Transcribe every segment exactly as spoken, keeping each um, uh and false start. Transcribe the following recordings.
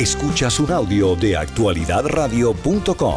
Escuchas un audio de actualidad radio punto com.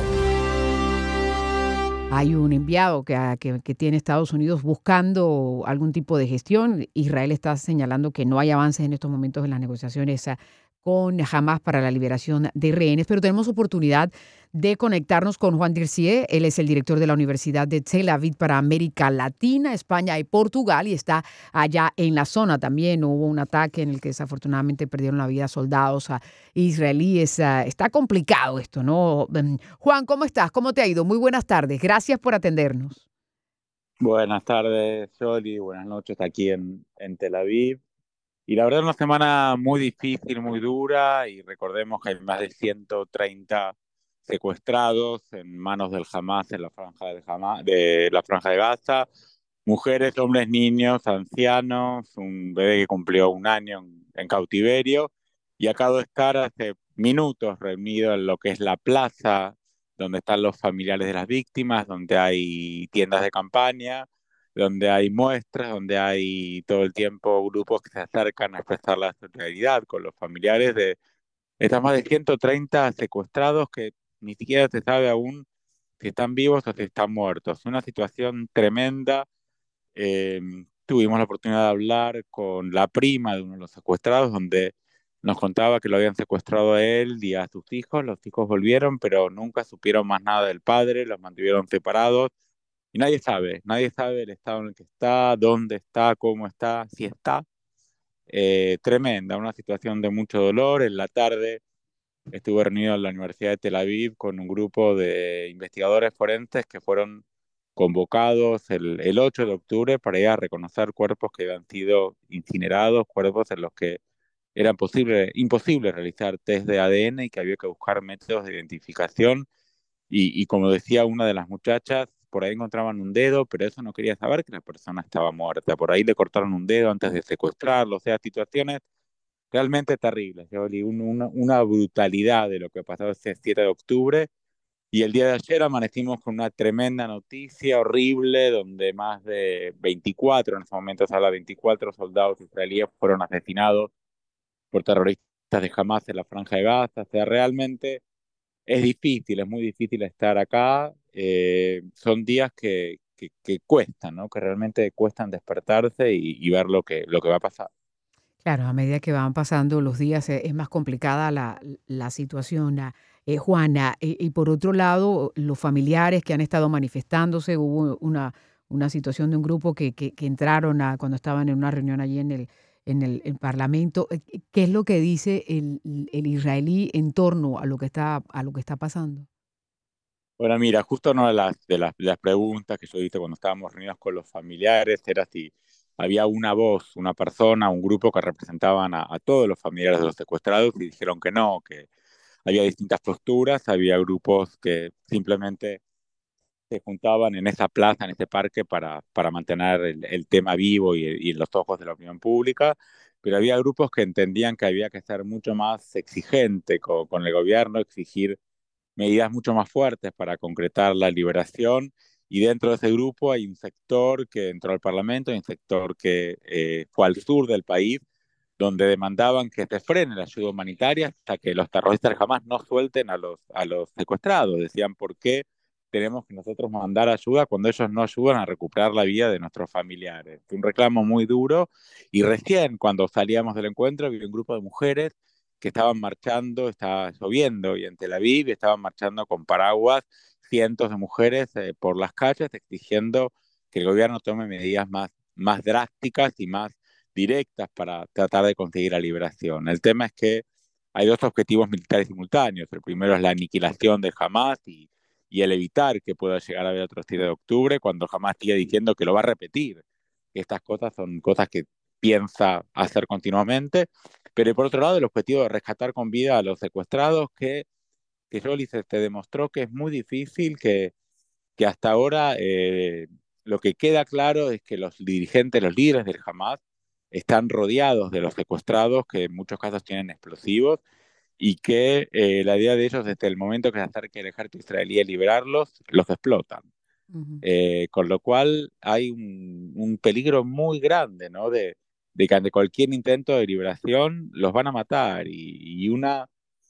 Hay un enviado que, que, que tiene Estados Unidos buscando algún tipo de gestión. Israel está señalando que no hay avances en estos momentos en las negociaciones uh, con Hamas para la liberación de rehenes, pero tenemos oportunidad de conectarnos con Juan Dircier. Él es el director de la Universidad de Tel Aviv para América Latina, España y Portugal, y está allá en la zona. También hubo un ataque en el que desafortunadamente perdieron la vida soldados uh, israelíes. Uh, está complicado esto, ¿no? Um, Juan, ¿cómo estás? ¿Cómo te ha ido? Muy buenas tardes. Gracias por atendernos. Buenas tardes, Yoli. Buenas noches aquí en, en Tel Aviv. Y la verdad es una semana muy difícil, muy dura, y recordemos que hay más de ciento treinta secuestrados en manos del Hamas en la franja del Hamas, de la franja de Gaza, mujeres, hombres, niños, ancianos, un bebé que cumplió un año en, en cautiverio, y acabo de estar hace minutos reunido en lo que es la plaza donde están los familiares de las víctimas, donde hay tiendas de campaña, donde hay muestras, donde hay todo el tiempo grupos que se acercan a expresar la solidaridad con los familiares de estas más de ciento treinta secuestrados que ni siquiera se sabe aún si están vivos o si están muertos. Una situación tremenda. Eh, tuvimos la oportunidad de hablar con la prima de uno de los secuestrados, donde nos contaba que lo habían secuestrado a él y a sus hijos. Los hijos volvieron, pero nunca supieron más nada del padre, los mantuvieron separados. Y nadie sabe, nadie sabe el estado en el que está, dónde está, cómo está, si está. Eh, tremenda, una situación de mucho dolor. En la tarde estuve reunido en la Universidad de Tel Aviv con un grupo de investigadores forenses que fueron convocados el, el ocho de octubre para ir a reconocer cuerpos que habían sido incinerados, cuerpos en los que era posible, imposible realizar test de A D N y que había que buscar métodos de identificación. Y, y como decía una de las muchachas, por ahí encontraban un dedo, pero eso no quería saber que la persona estaba muerta. Por ahí le cortaron un dedo antes de secuestrarlo. O sea, situaciones realmente terribles, Yoli. Un, una, una brutalidad de lo que pasó ese siete de octubre. Y el día de ayer amanecimos con una tremenda noticia horrible, donde más de veinticuatro, en ese momento se habla de veinticuatro soldados israelíes fueron asesinados por terroristas de Hamas en la Franja de Gaza. O sea, realmente es difícil, es muy difícil estar acá. Eh, son días que, que, que cuestan, ¿no? Que realmente cuestan despertarse y, y ver lo que, lo que va a pasar. Claro, a medida que van pasando los días eh, es más complicada la, la situación, ah, eh, Juana. Y, y por otro lado, los familiares que han estado manifestándose, hubo una, una situación de un grupo que, que, que entraron a, cuando estaban en una reunión allí en el, en el, el Parlamento. Eh, ¿Qué es lo que dice el, el israelí en torno a lo que está, a lo que está pasando? Bueno, mira, justo una de las, de las, de las preguntas que yo hice cuando estábamos reunidos con los familiares era si había una voz, una persona, un grupo que representaban a, a todos los familiares de los secuestrados, y dijeron que no, que había distintas posturas, había grupos que simplemente se juntaban en esa plaza, en ese parque, para, para mantener el, el tema vivo y, y en los ojos de la opinión pública, pero había grupos que entendían que había que ser mucho más exigente con, con el gobierno, exigir medidas mucho más fuertes para concretar la liberación. Y dentro de ese grupo hay un sector que entró al Parlamento, hay un sector que eh, fue al sur del país, donde demandaban que se frene la ayuda humanitaria hasta que los terroristas jamás no suelten a los, a los secuestrados. Decían, ¿por qué tenemos que nosotros mandar ayuda cuando ellos no ayudan a recuperar la vida de nuestros familiares? Fue un reclamo muy duro, y recién cuando salíamos del encuentro había un grupo de mujeres que estaban marchando, estaba lloviendo y en Tel Aviv estaban marchando con paraguas, cientos de mujeres eh, por las calles exigiendo que el gobierno tome medidas más, más drásticas y más directas para tratar de conseguir la liberación. El tema es que hay dos objetivos militares simultáneos. El primero es la aniquilación de Hamas y, y el evitar que pueda llegar a haber otro siete de octubre, cuando Hamas sigue diciendo que lo va a repetir. Estas cosas son cosas que piensa hacer continuamente. Pero por otro lado, el objetivo de rescatar con vida a los secuestrados, que, que Jolie se te demostró que es muy difícil, que, que hasta ahora eh, lo que queda claro es que los dirigentes, los líderes del Hamas, están rodeados de los secuestrados, que en muchos casos tienen explosivos, y que eh, la idea de ellos, desde el momento que se acerque el ejército israelí a liberarlos, los explotan. Ujú. Eh, con lo cual hay un, un peligro muy grande, ¿no? De, de que ante cualquier intento de liberación los van a matar, y, y una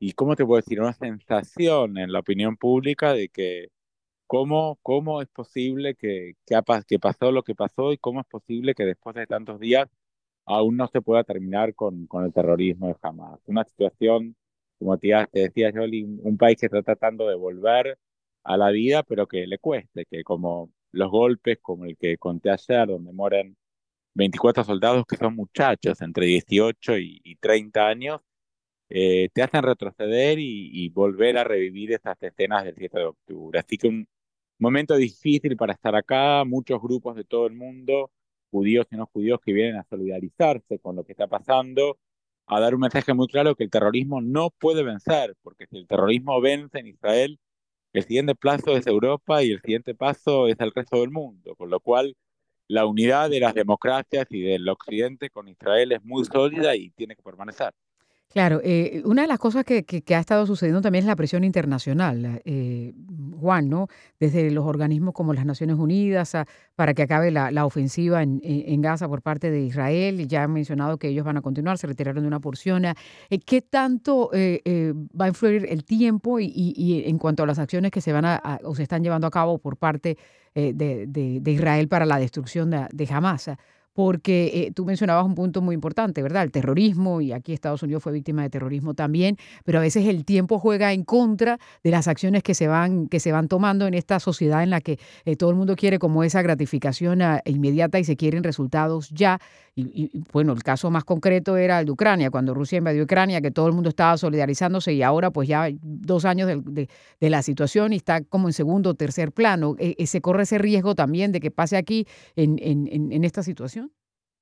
y ¿cómo te puedo decir? Una sensación en la opinión pública de que cómo, cómo es posible que, que, ha pas- que pasó lo que pasó y cómo es posible que después de tantos días aún no se pueda terminar con, con el terrorismo de Hamas. Una situación, como te, te decía Yoli, un, un país que está tratando de volver a la vida, pero que le cueste, que como los golpes como el que conté ayer, donde mueren veinticuatro soldados que son muchachos entre dieciocho y, y treinta años, eh, te hacen retroceder y, y volver a revivir esas escenas del siete de octubre. Así que un momento difícil para estar acá, muchos grupos de todo el mundo, judíos y no judíos, que vienen a solidarizarse con lo que está pasando, a dar un mensaje muy claro que el terrorismo no puede vencer, porque si el terrorismo vence en Israel, el siguiente paso es Europa y el siguiente paso es el resto del mundo, con lo cual la unidad de las democracias y del occidente con Israel es muy sólida y tiene que permanecer. Claro, eh, una de las cosas que, que- que ha estado sucediendo también es la presión internacional, eh, Juan, ¿no? Desde los organismos como las Naciones Unidas a- para que acabe la, la ofensiva en, en- en Gaza por parte de Israel. Ya han mencionado que ellos van a continuar, se retiraron de una porción. Ah, eh, ¿Qué tanto eh, eh, va a influir el tiempo y, y- y en cuanto a las acciones que se van a, a- o se están llevando a cabo por parte eh, de, de- de Israel para la destrucción de, de Hamas? Porque eh, tú mencionabas un punto muy importante, ¿verdad? El terrorismo, y aquí Estados Unidos fue víctima de terrorismo también, pero a veces el tiempo juega en contra de las acciones que se van, que se van tomando en esta sociedad en la que eh, todo el mundo quiere como esa gratificación ah, inmediata y se quieren resultados ya. Y, y, y, bueno, el caso más concreto era el de Ucrania, cuando Rusia invadió Ucrania, que todo el mundo estaba solidarizándose y ahora pues ya dos años del- de, de la situación y está como en segundo o tercer plano. Eh, eh, ¿se corre ese riesgo también de que pase aquí en, en, en en esta situación?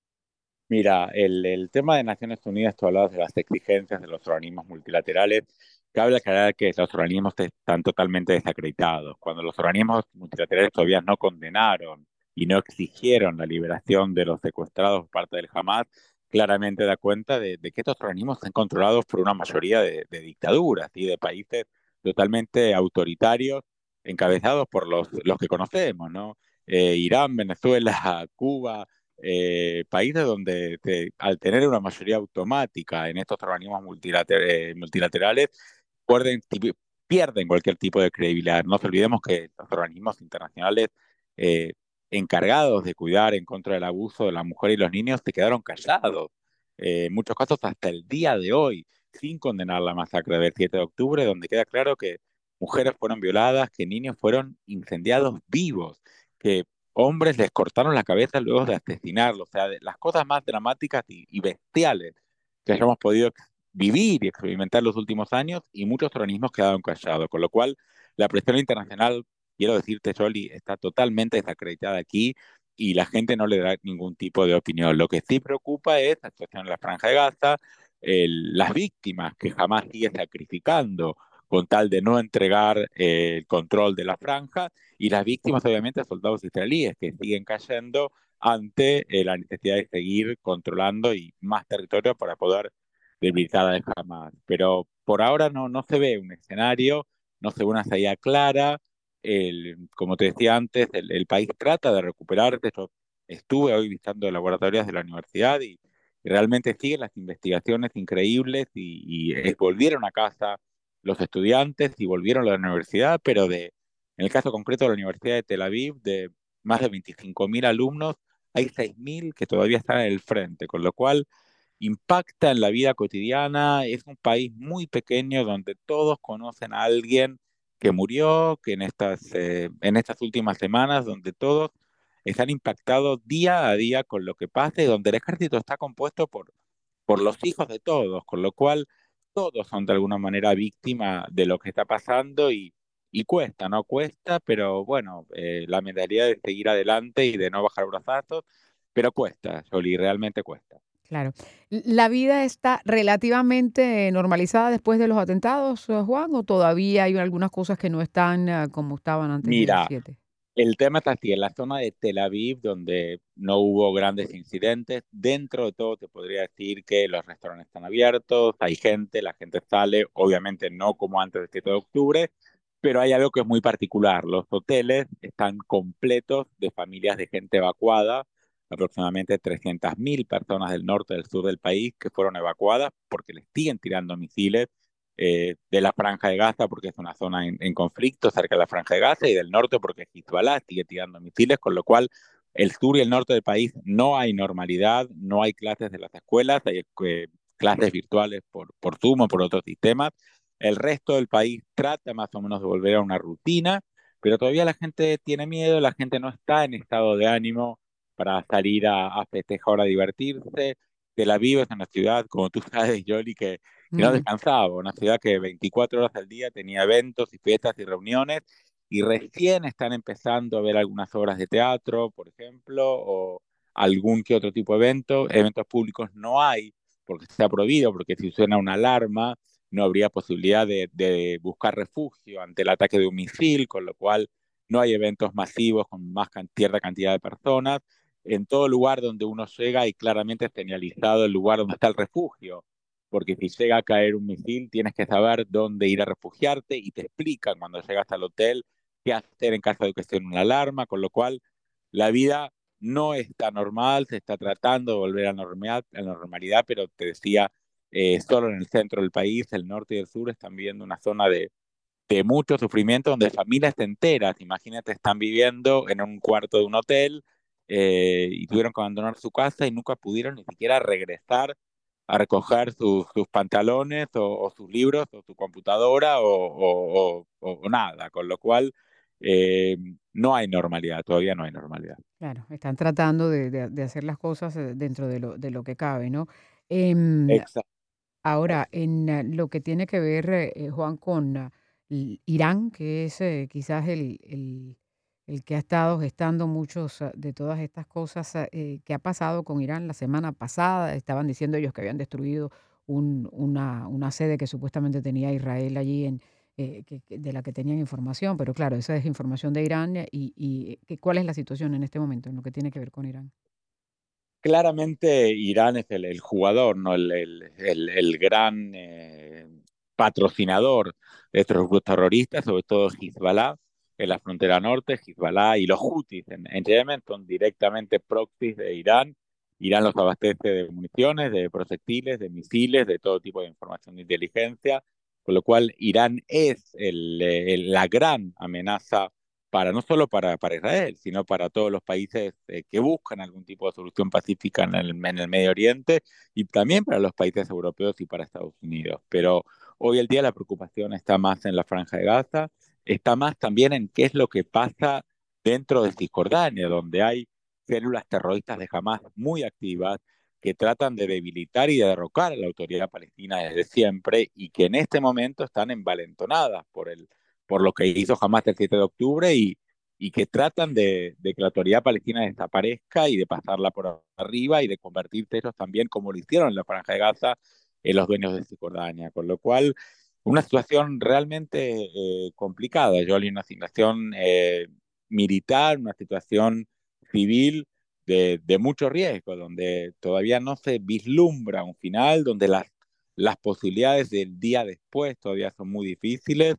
Mira, el, el tema de Naciones Unidas, tú hablabas de las exigencias de los organismos multilaterales. Cabe aclarar que los organismos están totalmente desacreditados. Cuando los organismos multilaterales todavía no condenaron y no exigieron la liberación de los secuestrados por parte del Hamas, claramente da cuenta de, de que estos organismos están controlados por una mayoría de, de dictaduras y de países totalmente autoritarios, encabezados por los, los que conocemos, ¿no? Eh, Irán, Venezuela, Cuba, eh, países donde te- al tener una mayoría automática en estos organismos multilater- eh, multilaterales, pierden, tipi- pierden cualquier tipo de credibilidad. No nos olvidemos que los organismos internacionales eh, encargados de cuidar en contra del abuso de la mujer y los niños se quedaron callados. Eh, en muchos casos hasta el día de hoy, sin condenar la masacre del siete de octubre, donde queda claro que mujeres fueron violadas, que niños fueron incendiados vivos, que hombres les cortaron la cabeza luego de asesinarlos. O sea, de las cosas más dramáticas y, y bestiales que hayamos podido ex- vivir y experimentar los últimos años, y muchos organismos quedaron callados, con lo cual la presión internacional, quiero decirte, Jolie, está totalmente desacreditada aquí y la gente no le da ningún tipo de opinión. Lo que sí preocupa es la situación en la Franja de Gaza, el- las víctimas que jamás sigue sacrificando con tal de no entregar eh, el control de la franja, y las víctimas obviamente soldados israelíes que siguen cayendo ante eh, la necesidad de seguir controlando y más territorio para poder debilitar a Hamas. Pero por ahora no, no se ve un escenario, no se ve una salida clara. El, como te decía antes, el, el país trata de recuperarse. Yo estuve hoy visitando laboratorios de la universidad y, y realmente siguen las investigaciones increíbles y, y eh, volvieron a casa los estudiantes y volvieron a la universidad, pero de, en el caso concreto de la Universidad de Tel Aviv, de más de veinticinco mil alumnos, hay seis mil que todavía están en el frente, con lo cual impacta en la vida cotidiana. Es un país muy pequeño donde todos conocen a alguien que murió, que en estas, eh, en estas últimas semanas, donde todos están impactados día a día con lo que pasa y donde el ejército está compuesto por, por los hijos de todos, con lo cual todos son de alguna manera víctimas de lo que está pasando y, y cuesta, ¿no? Cuesta, pero bueno, eh, la mentalidad de seguir adelante y de no bajar brazos, pero cuesta, Jolie, realmente cuesta. Claro. ¿La vida está relativamente normalizada después de los atentados, eh, Juan, o todavía hay algunas cosas que no están ah, como estaban antes del Mira, siete? el tema está así, en la zona de Tel Aviv, donde no hubo grandes incidentes, dentro de todo te podría decir que los restaurantes están abiertos, hay gente, la gente sale, obviamente no como antes del siete de octubre, pero hay algo que es muy particular, los hoteles están completos de familias de gente evacuada, aproximadamente trescientas mil personas del norte y del sur del país que fueron evacuadas porque les siguen tirando misiles eh, de la Franja de Gaza porque es una zona en, en conflicto cerca de la Franja de Gaza, y del norte porque Hezbollah sigue tirando misiles, con lo cual el sur y el norte del país no hay normalidad, no hay clases de las escuelas, hay eh, clases virtuales por, por Zoom o por otros sistemas. El resto del país trata más o menos de volver a una rutina, pero todavía la gente tiene miedo, la gente no está en estado de ánimo para salir a, a festejar, a divertirse. Tel Aviv es una ciudad, como tú sabes, Yoli, que, que no Mm. descansaba, una ciudad que veinticuatro horas al día tenía eventos y fiestas y reuniones, y recién están empezando a ver algunas obras de teatro, por ejemplo, o algún que otro tipo de evento. Eventos públicos no hay, porque está prohibido, porque si suena una alarma, no habría posibilidad de, de buscar refugio ante el ataque de un misil, con lo cual no hay eventos masivos con más can- cierta cantidad de personas. En todo lugar donde uno llega hay claramente señalizado el lugar donde está el refugio, porque si llega a caer un misil tienes que saber dónde ir a refugiarte, y te explican cuando llegas al hotel qué hacer en caso de que esté una alarma, con lo cual la vida no está normal, se está tratando de volver a la normalidad, a la normalidad, pero te decía, eh, solo en el centro del país, el norte y el sur están viviendo una zona de, de mucho sufrimiento, donde familias enteras, imagínate, están viviendo en un cuarto de un hotel, eh, y tuvieron que abandonar su casa y nunca pudieron ni siquiera regresar a recoger sus, sus pantalones o, o, sus libros o su computadora o, o, o, o nada, con lo cual eh, no hay normalidad, todavía no hay normalidad. Claro, están tratando de, de- de hacer las cosas eh, dentro de lo, de lo que cabe, ¿no? Em, Exacto. Ahora, en eh, lo que tiene que ver, eh, eh, Juan, con ah, I- Irán, que es eh, quizás el, el- el que ha estado gestando muchos ah, de todas estas cosas ah, eh, que ha pasado con Irán la semana pasada. Estaban diciendo ellos que habían destruido un- una, una sede que supuestamente tenía Israel allí, en, eh, que- que- de la que tenían información, pero claro, esa es información de Irán. eh, Y, y, eh, ¿cuál es la situación en este momento en lo que tiene que ver con Irán? Claramente Irán es el, el jugador, ¿no? El, el, el, el gran eh, patrocinador de estos grupos terroristas, sobre todo Hezbollah en la frontera norte. Hezbollah y los Houthis en, en Yemen son directamente proxies de Irán. Irán los abastece de municiones, de proyectiles, de misiles, de todo tipo de información de inteligencia, con lo cual Irán es el, el, la gran amenaza para no solo para, para Israel, sino para todos los países eh, que buscan algún tipo de solución pacífica en el, en el Medio Oriente, y también para los países europeos y para Estados Unidos. Pero hoy el día la preocupación está más en la Franja de Gaza, está más también en qué es lo que pasa dentro de Cisjordania, donde hay células terroristas de Hamas muy activas que tratan de debilitar y de derrocar a la autoridad palestina desde siempre, y que en este momento están envalentonadas por el por lo que hizo Hamas el siete de octubre, y, y que tratan de, de, que la autoridad palestina desaparezca y de pasarla por arriba y de convertirse ellos también, como lo hicieron en la Franja de Gaza, en los dueños de Cisjordania. Con lo cual, una situación realmente eh, complicada, Yoli, una situación eh, militar, una situación civil de, de mucho riesgo, donde todavía no se vislumbra un final, donde las, las posibilidades del día después todavía son muy difíciles,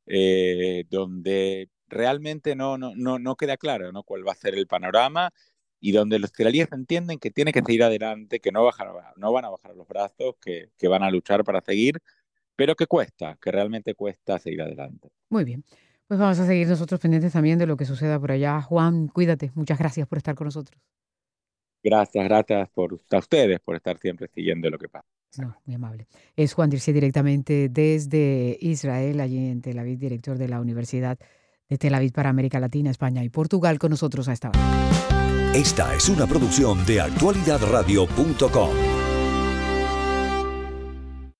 eh, donde realmente no, no, no, no queda claro, ¿no?, cuál va a ser el panorama, y donde los israelíes entienden que tienen que seguir adelante, que no, bajar, no van a bajar los brazos, que, que van a luchar para seguir, pero que cuesta, que realmente cuesta seguir adelante. Muy bien. Pues vamos a seguir nosotros pendientes también de lo que suceda por allá. Juan, cuídate. Muchas gracias por estar con nosotros. Gracias, gracias por, a ustedes por estar siempre siguiendo lo que pasa. No, muy amable. Es Juan Dircé directamente desde Israel, allí en Tel Aviv, director de la Universidad de Tel Aviv para América Latina, España y Portugal, con nosotros a esta hora. Esta es una producción de actualidad radio punto com.